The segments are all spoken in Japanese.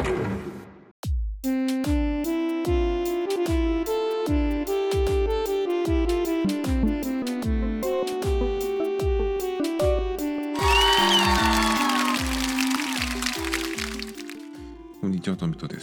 こんにちは、トミトです。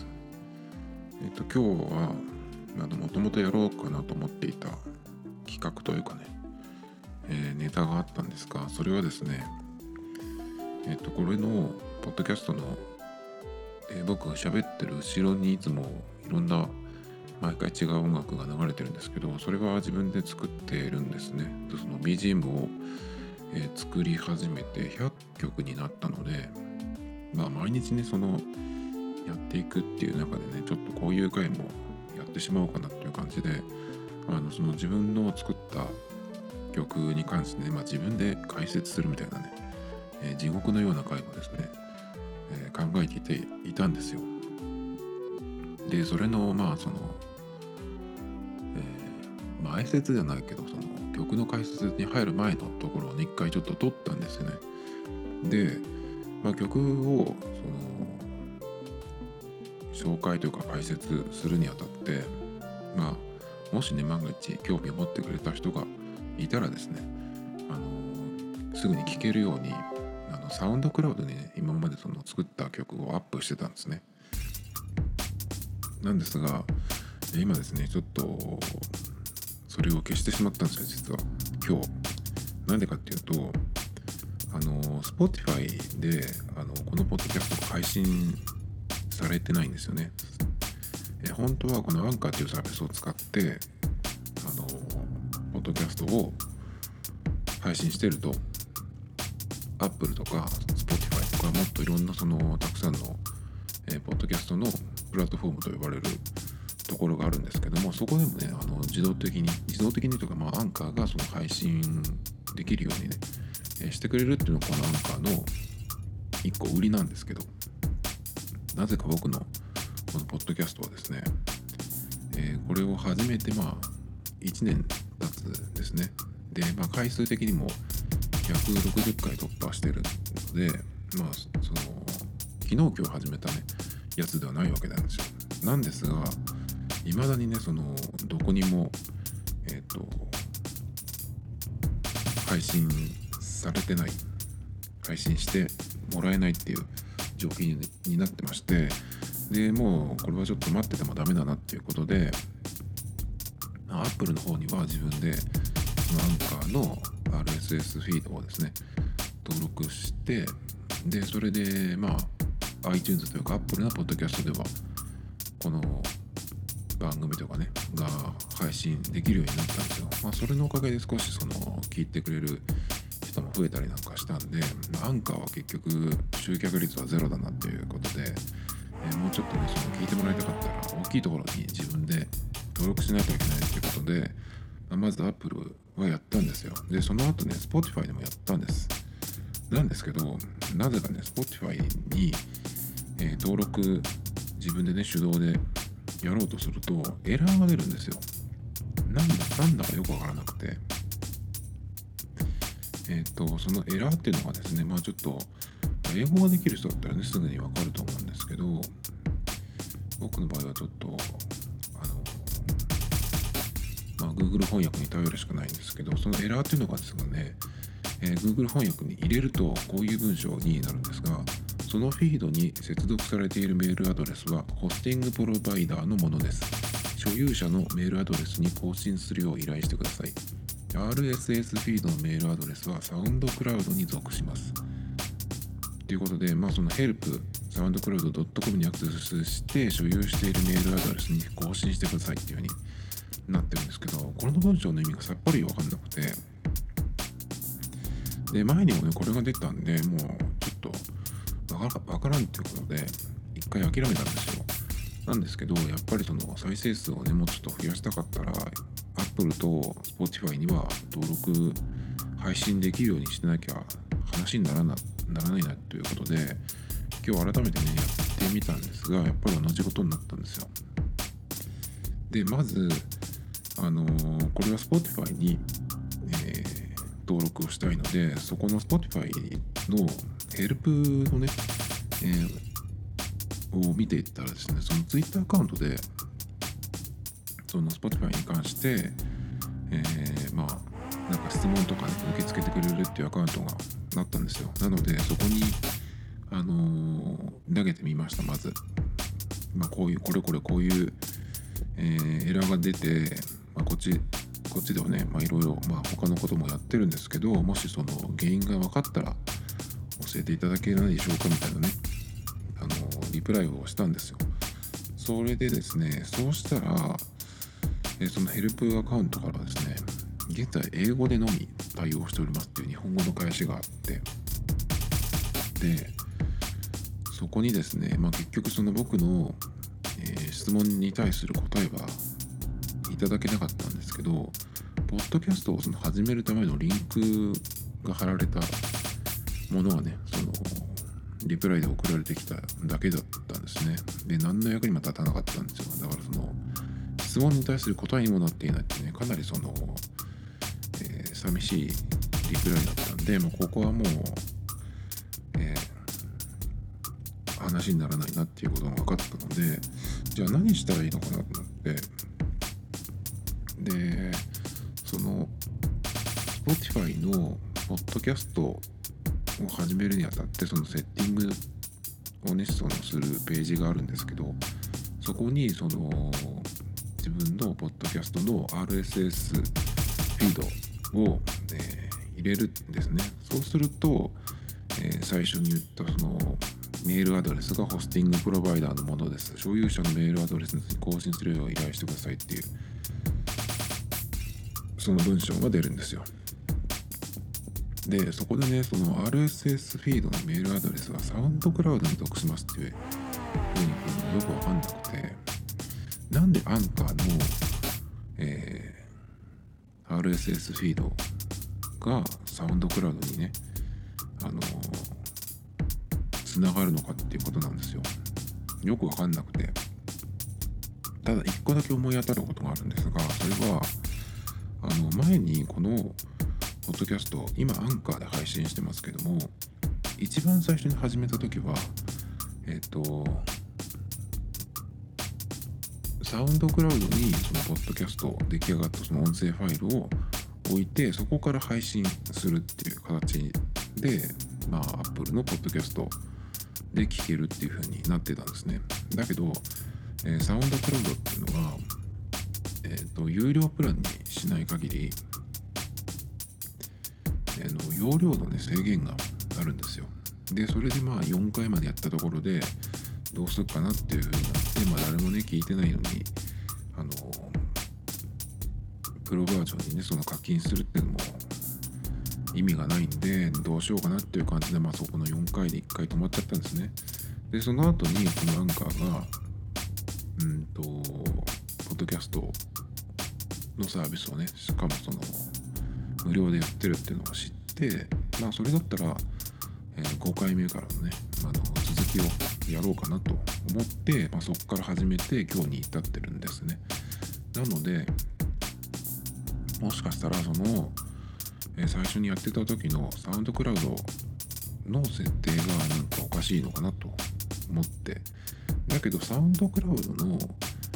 今日はもともとやろうかなと思っていた企画というかね、ネタがあったんですが、それはですね、これのポッドキャストの、僕が喋ってる後ろにいつもいろんな毎回違う音楽が流れてるんですけど、それは自分で作っているんですね。その BGM を、作り始めて100曲になったので、毎日ねやっていくっていう中でね、ちょっとこういう回もやってしまおうかなっていう感じで、その自分の作った曲に関してね、自分で解説するみたいなね、地獄のような回をですね、考えていたんですよ。で、それの前説じゃないけど、その曲の解説に入る前のところをね、一回ちょっと撮ったんですよね。で、曲を紹介というか解説するにあたって、もしね万が一興味を持ってくれた人がいたらですね、すぐに聴けるようにサウンドクラウドにね、今まで作った曲をアップしてたんですね。なんですが、今ですねちょっとそれを消してしまったんですよ、実は今日。なんでかっていうと、Spotify でこのポッドキャストが配信されてないんですよね。本当はこのアンカーというサービスを使ってポッドキャストを配信してると、 Apple とか Spotify とかもっといろんなたくさんの、ポッドキャストのプラットフォームと呼ばれるところがあるんですけども、そこでもね自動的にというか、アンカーがその配信できるようにね、してくれるっていうのがこのアンカーの一個売りなんですけど、なぜか僕のこのポッドキャストはですね、これを始めて1年経つんですね。で、回数的にも160回突破してるので、昨日今日始めたねやつではないわけなんですよ。なんですが、未だにねどこにも配信されてない、配信してもらえないっていう状況になってまして、でもうこれはちょっと待っててもダメだなっていうことで、Apple の方には自分でそのアンカーの RSS フィードをですね登録して、でそれでiTunes というか Apple のポッドキャストではこの番組とかねが配信できるようになったんですよ。それのおかげで少し聞いてくれる人も増えたりなんかしたんで、アンカーは結局集客率はゼロだなっていうことで、もうちょっとね聞いてもらいたかったら大きいところに自分で登録しないといけないっていうことで、まず Apple はやったんですよ。でその後ね Spotify でもやったんです。なんですけど、なぜかね Spotify に、登録自分でね手動でやろうとするとエラーが出るんですよ。なんだかよくわからなくて、そのエラーっていうのがですね、ちょっと英語ができる人だったらねすぐにわかると思うんですけど、僕の場合はちょっとGoogle 翻訳に頼るしかないんですけど、そのエラーっていうのがですね、Google 翻訳に入れるとこういう文章になるんですが、そのフィードに接続されているメールアドレスはホスティングプロバイダーのものです。所有者のメールアドレスに更新するよう依頼してください。RSS フィードのメールアドレスはサウンドクラウドに属します。ということで、その help soundcloud.com にアクセスして所有しているメールアドレスに更新してくださいっていう風になってるんですけど、この文章の意味がさっぱりわかんなくて、で前にもねこれが出たんで、もうちょっとわからんっていうことで一回諦めたんですよ。なんですけど、やっぱり再生数をねもうちょっと増やしたかったら Apple と Spotify には登録配信できるようにしてなきゃ話にならないなということで、今日改めてねやってみたんですが、やっぱり同じことになったんですよ。でまずこれは Spotify に、登録をしたいので、そこの Spotify のヘルプのね、 を見ていったらですね、その Twitter アカウントでその Spotify に関して、なんか質問とかね受け付けてくれるっていうアカウントがあったんですよ。なのでそこに投げてみました。まず、こういうこういう、エラーが出て、こっちではね、いろいろ他のこともやってるんですけど、もしその原因が分かったら教えていただけないでしょうかみたいなね、リプライをしたんですよ。それでですね、そうしたら、そのヘルプアカウントからですね、現在英語でのみ対応しておりますっていう日本語の返しがあって、でそこにですね、結局その僕の、質問に対する答えはいただけなかったんですけど、ポッドキャストをその始めるためのリンクが貼られたものはね、そのリプライで送られてきただけだったんですね。で、何の役にも立たなかったんですよ。だからその質問に対する答えにもなっていないってね、かなりその、寂しいリプライだったんで、ここはもう、話にならないなっていうことが分かったので、じゃあ何したらいいのかなと思って、でその Spotify のポッドキャストを始めるにあたって、そのセッティングをねそのするページがあるんですけど、そこにその自分のポッドキャストの RSS フィードを、入れるんですね。そうすると、最初に言ったそのメールアドレスがホスティングプロバイダーのものです。所有者のメールアドレスに更新するよう依頼してくださいっていうその文章が出るんですよ。で、そこでね、その RSS フィードのメールアドレスはサウンドクラウドに属しますっていうふうによくわかんなくて、なんでアンカーの、RSS フィードがサウンドクラウドにね、つながるのかっていうことなんですよ。よくわかんなくて、ただ一個だけ思い当たることがあるんですが、それは前にこのポッドキャスト、今アンカーで配信してますけども、一番最初に始めた時はサウンドクラウドにそのポッドキャスト出来上がったその音声ファイルを置いて、そこから配信するっていう形で、Apple のポッドキャストで聞けるっていう風になってたんですね。だけど、サウンドクラウドっていうのは、有料プランにしない限り、容量のね制限があるんですよ。で、それで4回までやったところでどうするかなっていう風になって、誰もね聞いてないのにプロバージョンにねその課金するっていうのも意味がないんで、どうしようかなっていう感じで、そこの4回で1回止まっちゃったんですね。で、その後にこのアンカーがポッドキャストのサービスをね、しかもその無料でやってるっていうのを知って、それだったら、5回目からのね、続きをやろうかなと思って、そこから始めて今日に至ってるんですね。なので、もしかしたらその、最初にやってた時のサウンドクラウドの設定がなんかおかしいのかなと思って、だけどサウンドクラウドの、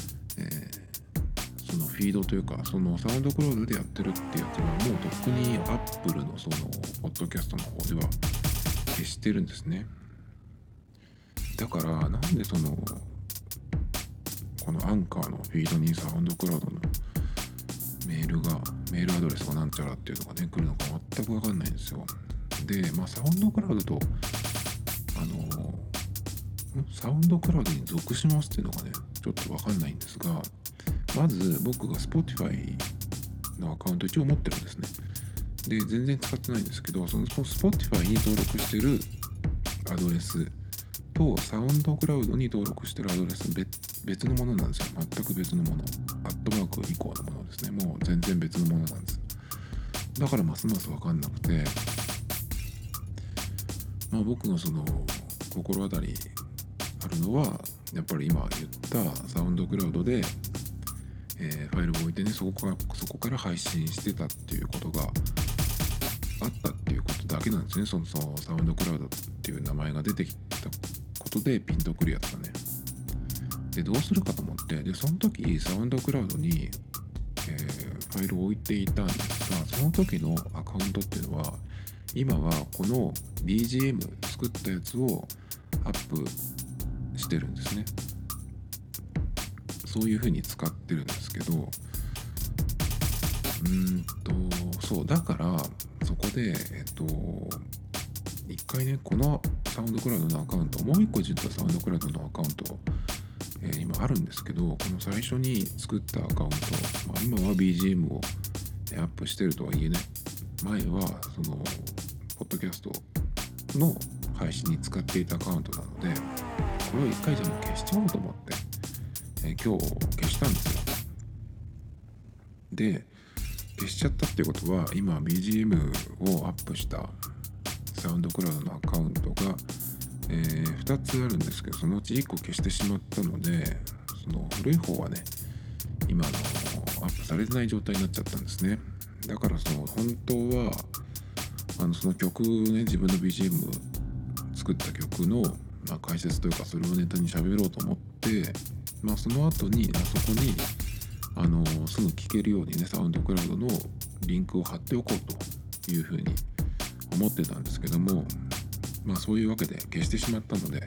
そのフィードというか、そのサウンドクラウドでやってるってやつはもうとっくに Apple のそのポッドキャストの方では消してるんですね。だからなんでそのこのアンカーのフィードにサウンドクラウドのメールアドレスがなんちゃらっていうのがね来るのか全く分かんないんですよ。で、サウンドクラウドとサウンドクラウドに属しますっていうのがねちょっと分かんないんですが、まず僕が Spotify のアカウント一応持ってるんですね。で、全然使ってないんですけど、その Spotify に登録してるアドレスとサウンドクラウドに登録してるアドレス別のものなんですよ。全く別のもの。アットマーク以降のものですね。もう全然別のものなんです。だからますます分かんなくて、僕のその心当たりあるのはやっぱり今言ったサウンドクラウドで、ファイルを置いてねそこから配信してたっていうことがあったっていうことだけなんですね。そのサウンドクラウドっていう名前が出てきたことでピンとくるやつがね。 でどうするかと思って、でその時サウンドクラウドに、ファイルを置いていたんですが、その時のアカウントっていうのは今はこの BGM 作ったやつをアップしてるんですね。そういう風に使ってるんですけど、そうだからそこで一回ね、このサウンドクラウドのアカウント、もう一個実はサウンドクラウドのアカウント、今あるんですけど、この最初に作ったアカウント、今は BGM をアップしてるとはいえね、前はそのポッドキャストの配信に使っていたアカウントなので、これを一回じゃもう消しちゃおうと思って、今日消したんですよ。で消しちゃったっていうことは、今 BGM をアップしたサウンドクラウドのアカウントが、2つあるんですけど、そのうち1個消してしまったので、その古い方はね、今アップされてない状態になっちゃったんですね。だからその本当はその曲ね、自分の BGM 作った曲の、解説というか、それをネタに喋ろうと思って、その後にそこにすぐ聴けるようにね、サウンドクラウドのリンクを貼っておこうというふうに思ってたんですけども、そういうわけで消してしまったので、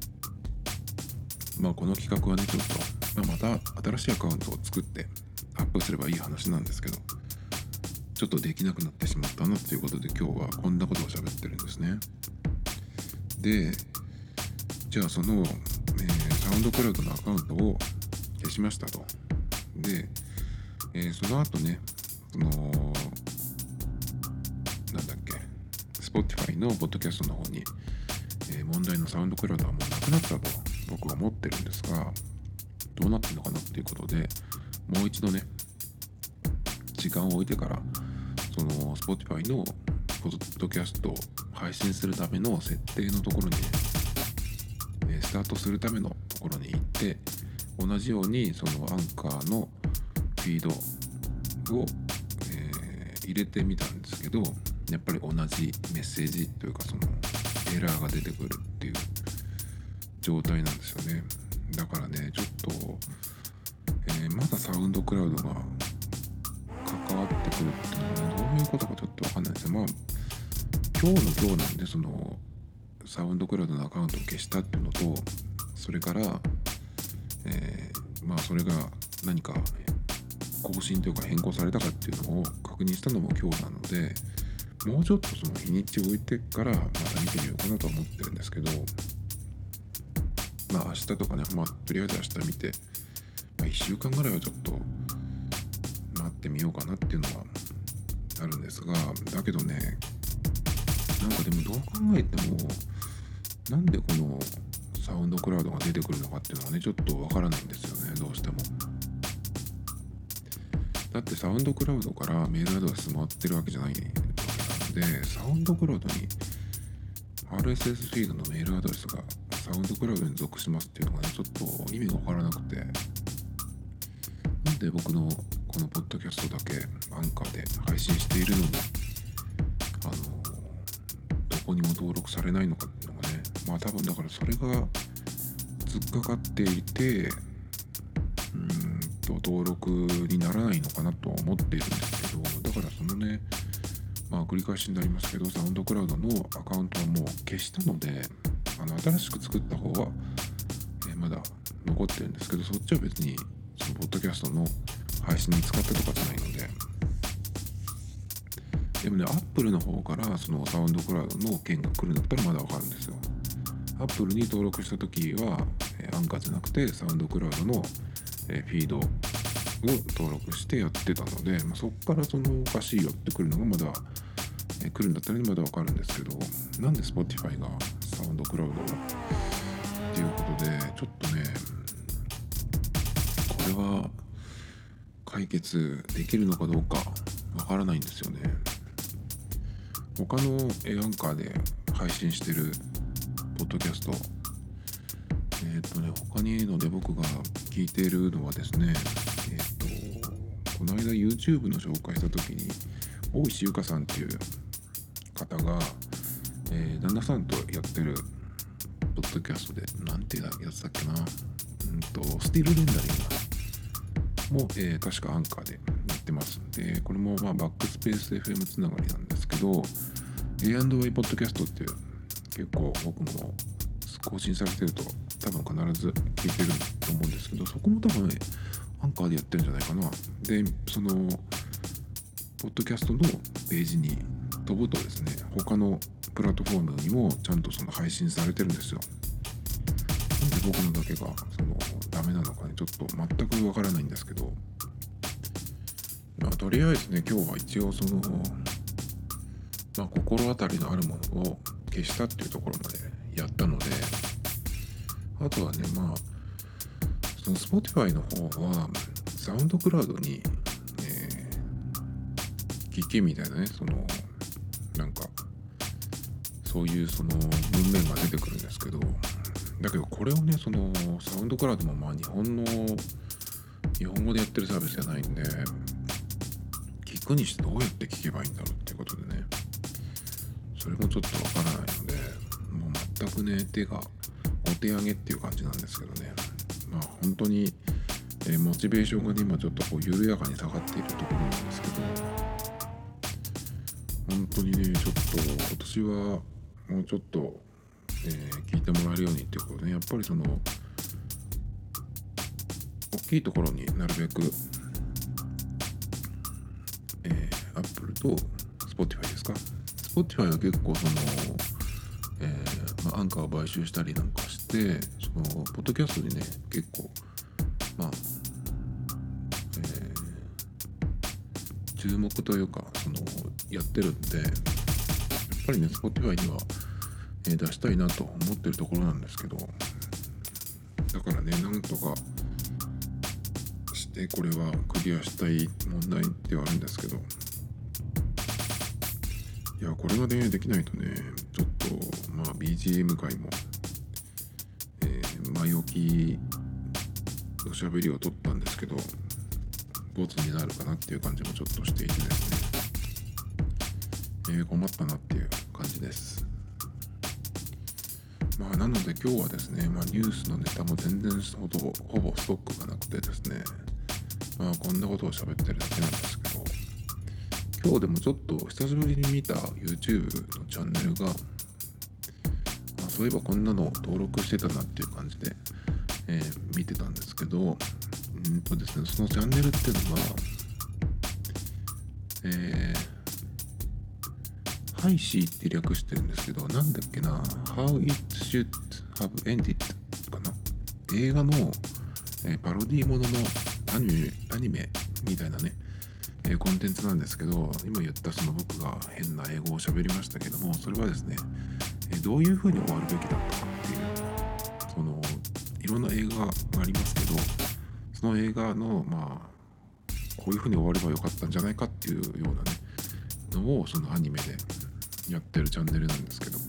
この企画はね、ちょっと、また新しいアカウントを作ってアップすればいい話なんですけど、ちょっとできなくなってしまったなということで、今日はこんなことを喋ってるんですね。で、じゃあその、サウンドクラウドのアカウントを消しましたと。で、その後ね、Spotify のポッドキャストの方に、問題のサウンドクラウドはもうなくなったと僕は思ってるんですが、どうなってるのかなっていうことで、もう一度ね、時間を置いてから、その Spotify のポッドキャストを配信するための設定のところにね、スタートするためのところに行って、同じようにそのアンカーのフィードを、入れてみたんですけど、やっぱり同じメッセージというか、そのエラーが出てくるっていう状態なんですよね。だからね、ちょっと、まだサウンドクラウドが関わってくるっていうのは、どういうことかちょっと分かんないですよ。今日なんで、そのサウンドクラウドのアカウントを消したっていうのと、それから、それが何か更新というか変更されたかっていうのを確認したのも今日なので、もうちょっとその日にちを置いてからまた見てみようかなと思ってるんですけど、明日とかね、とりあえず明日見て、1週間ぐらいはちょっと待ってみようかなっていうのはあるんですが、だけどね、なんかでもどう考えても、なんでこのサウンドクラウドが出てくるのかっていうのがね、ちょっとわからないんですよね、どうしても。だってサウンドクラウドからメールアドレス回ってるわけじゃないわけなので、サウンドクラウドに RSS フィードのメールアドレスがサウンドクラウドに属しますっていうのがね、ちょっと意味がわからなくて、なんで僕のこのポッドキャストだけアンカーで配信しているのに、どこにも登録されないのかっていうのがね、多分だからそれが突っかかっていて、登録にならないのかなと思っているんですけど、だからそのね、繰り返しになりますけど、サウンドクラウドのアカウントはもう消したので、新しく作った方は、まだ残ってるんですけど、そっちは別にそのポッドキャストの配信に使ったとかじゃないので、でもね、Apple の方からそのサウンドクラウドの件が来るんだったらまだわかるんですよ。Apple に登録した時は、アンカーじゃなくてサウンドクラウドのフィードを登録してやってたので、そこからそのおかしいよってくるのがまだ、来るんだったらまだわかるんですけど、なんで Spotify がサウンドクラウドっていうことで、ちょっとね、これは解決できるのかどうかわからないんですよね。他のアンカーで配信してるポッドキャスト、他にので僕が聞いているのはですね、この間 YouTube の紹介した時に大石ゆかさんっていう方が、旦那さんとやってるポッドキャストで、なんていうやつだっけな、 スティールレンダリングも、確かアンカーでやってます。でこれもバックスペース FM つながりなんですけど A&Y ポッドキャストって結構僕も更新されてると多分必ず聞いてると思うんですけど、そこも多分ねアンカーでやってるんじゃないかな。でそのポッドキャストのページに飛ぶとですね、他のプラットフォームにもちゃんとその配信されてるんですよ。なんで僕のだけがダメなのかね、ちょっと全くわからないんですけど、とりあえずね今日は一応心当たりのあるものを消したっていうところまでやったので、あとはねその Spotify の方はサウンドクラウドに、聞きみたいなね、なんかそういう文面が出てくるんですけど、だけどこれをねサウンドクラウドも日本語でやってるサービスじゃないんで、聞くにしてどうやって聞けばいいんだろうっていうことでね、それもちょっとわからないので、もう全くね手がお手上げっていう感じなんですけどね、本当に、モチベーションがね今ちょっと緩やかに下がっているところなんですけど、本当にねちょっと今年はもうちょっと、聞いてもらえるようにっていうことで、ね、やっぱり大きいところになるべく、Apple と Spotify ですか。Spotify は結構アンカーを買収したりなんかして、ポッドキャストにね結構注目というかやってるんで、やっぱりね Spotify には、出したいなと思ってるところなんですけど、だからねなんとかしてこれはクリアしたい問題ではあるんですけど、いやこれがねできないとねちょっとBGM 界も、前置きの喋りを取ったんですけどボツになるかなっていう感じもちょっとしていてですね、困ったなっていう感じです。なので今日はですね、ニュースのネタも全然ほぼストックがなくてですね、こんなことを喋ってるだけなんですけど、今日でもちょっと久しぶりに見た YouTube のチャンネルが、そういえばこんなの登録してたなっていう感じで、見てたんですけど、ですね、そのチャンネルっていうのが、ハイシーって略してるんですけど、なんだっけな、How It Should Have Ended かな。映画の、パロディーもののアニメみたいなね、コンテンツなんですけど、今言った僕が変な英語を喋りましたけども、それはですね、どういう風に終わるべきだったかっていう、いろんな映画がありますけど、その映画のこういう風に終わればよかったんじゃないかっていうようなねのをアニメでやってるチャンネルなんですけど、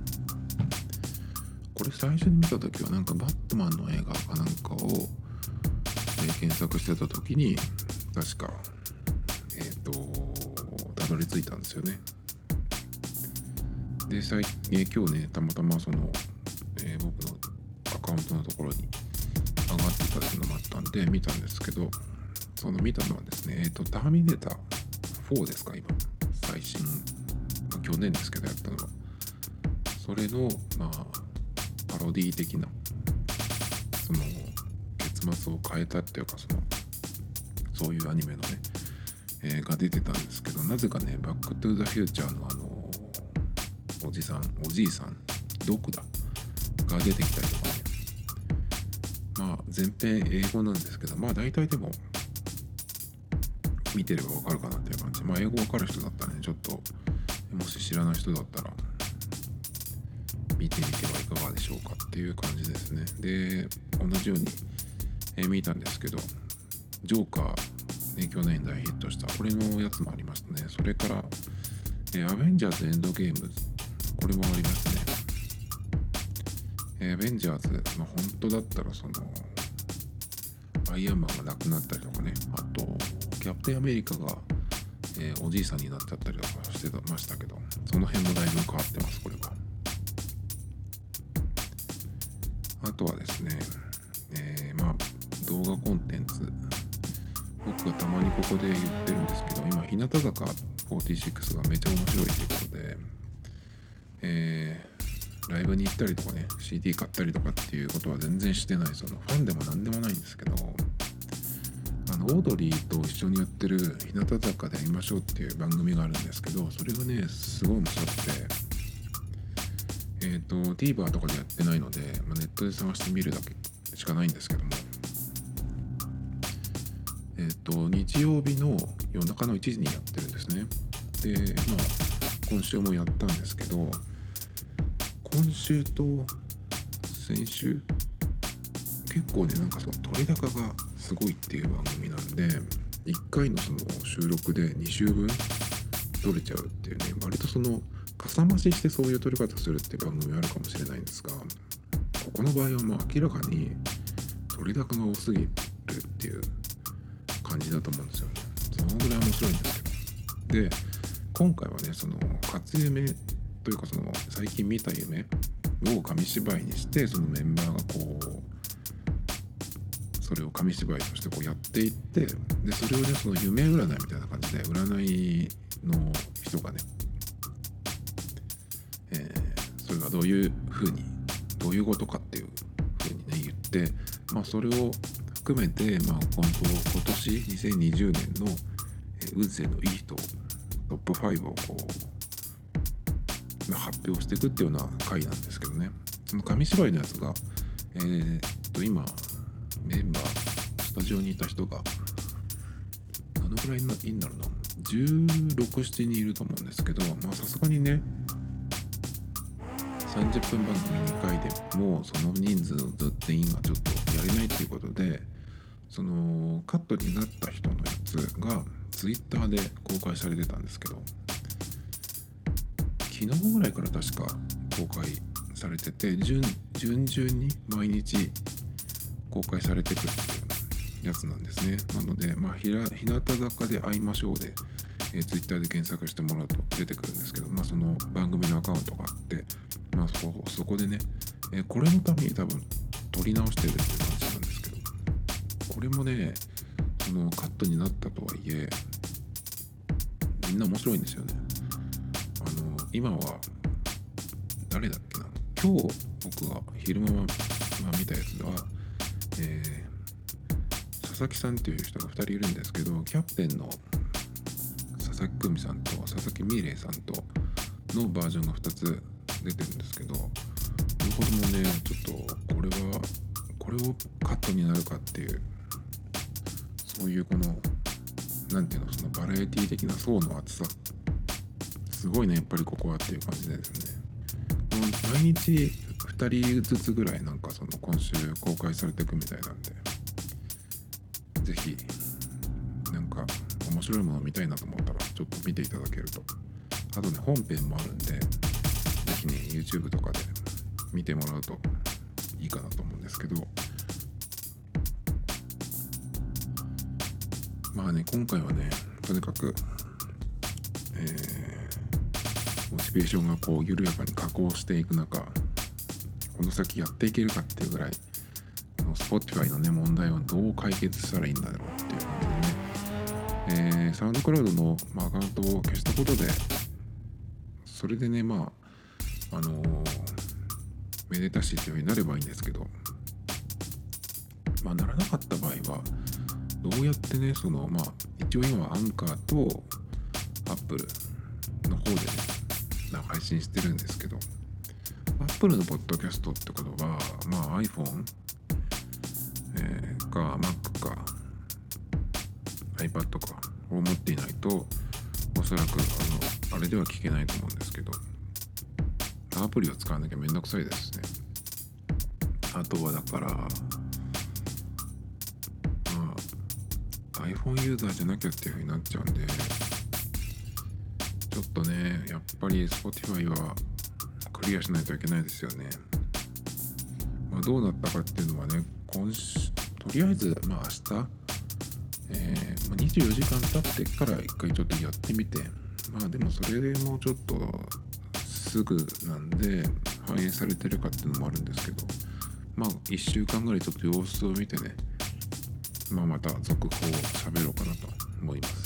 これ最初に見た時はなんかバットマンの映画かなんかを、検索してた時に確かたどり着いたんですよね。で今日ねたまたま僕のアカウントのところに上がってたっていうのもあったんで見たんですけど、見たのはですねターミネーター4ですか、今最新、去年ですけどやったのはそれのパロディ的な結末を変えたっていうかそういうアニメのね、が出てたんですけど、なぜかねバックトゥーザフューチャーのおじいさんドクだが出てきたりとかね、全編英語なんですけど、大体でも見てればわかるかなっていう感じ。英語わかる人だったらね、ちょっともし知らない人だったら見てみてはいかがでしょうかっていう感じですね。で同じように、見たんですけど、ジョーカー、去年大ヒットしたこれのやつもありましたね。それから、アベンジャーズエンドゲーム、これもありますね。アベンジャーズ、本当だったらアイアンマンが亡くなったりとかね、あとキャプテンアメリカが、おじいさんになっちゃったりとかしてましたけど、その辺もだいぶ変わってます。これはあとはですね、 動画コンテンツ、僕がたまにここで言ってるんですけど、今日向坂46がめちゃ面白いということで、ライブに行ったりとかね、 CD 買ったりとかっていうことは全然してない、そのファンでも何でもないんですけど、オードリーと一緒にやってる日向坂で会いましょうっていう番組があるんですけど、それがねすごい面白くて、TVer とかでやってないので、ネットで探してみるだけしかないんですけども、日曜日の夜中の1時にやってるんですね。で、今週もやったんですけど、今週と先週結構ね、なんかその取れ高がすごいっていう番組なんで、1回のその収録で2週分取れちゃうっていうね、割とそのかさ増ししてそういう取り方するっていう番組あるかもしれないんですが、ここの場合は明らかに取り高が多すぎるっていう感じだと思うんですよね。そのぐらい面白いんですけど、で今回はね、その初夢というか、その最近見た夢を紙芝居にして、そのメンバーがこうそれを紙芝居としてこうやっていって、でそれをね、その夢占いみたいな感じで占いの人がね、それがどういう風にどういうことかっていう風にね言って、それを含めて、今年2020年の運勢のいい人トップ5をこう発表していくっていうような回なんですけどね。その紙芝居のやつが今メンバースタジオにいた人がどのくらいいいんだろうな、16、7人いると思うんですけど、さすがにね30分番組2回でもうその人数全員がちょっとやれないっていうことで、そのカットになった人のやつがツイッターで公開されてたんですけど、昨日ぐらいから確か公開されてて、順々に毎日公開されてくるっていうやつなんですね。なので、日向坂で会いましょうで、ツイッターで検索してもらうと出てくるんですけど、その番組のアカウントがあって、そこでね、これのために多分撮り直してるっていう感じなんですけど、これもね、そのカットになったとはいえみんな面白いんですよね。今は誰だっけな、今日僕が昼間見たやつでは、佐々木さんっていう人が2人いるんですけど、キャプテンの佐々木久美さんと佐々木美玲さんとのバージョンが2つ出てるんですけど、両方ともね、ちょっとこれをカットになるかっていう、そういうこのなんていうの、そのバラエティ的な層の厚さすごいね、やっぱりここはっていう感じでですね、毎日2人ずつぐらいなんかその今週公開されていくみたいなんで、ぜひなんか面白いもの見たいなと思ったらちょっと見ていただけると、あとね本編もあるんで、ぜひね YouTube とかで見てもらうといいかなと思うんですけど、今回はね、とにかくモチベーションがこう緩やかに下降していく中、この先やっていけるかっていうぐらい、Spotify のね問題をどう解決したらいいんだろうっていう感じでね、サウンドクラウドの、アカウントを消したことで、それでねめでたしというようになればいいんですけど、ならなかった場合はどうやってね、一応今はアンカーとアップルの方でね配信してるんですけど、アップルのポッドキャストってことは、iPhone、か Mac か iPad かを持っていないと、おそらくあれでは聞けないと思うんですけど、アプリを使わなきゃめんどくさいですね。あとはだからiPhone ユーザーじゃなきゃっていう風になっちゃうんで、ちょっとねやっぱり Spotify はクリアしないといけないですよね。どうなったかっていうのはね、とりあえず明日、24時間経ってから一回ちょっとやってみて、でもそれでもうちょっとすぐなんで反映されてるかっていうのもあるんですけど、 まあ1週間ぐらいちょっと様子を見てね、また続報を喋ろうかなと思います。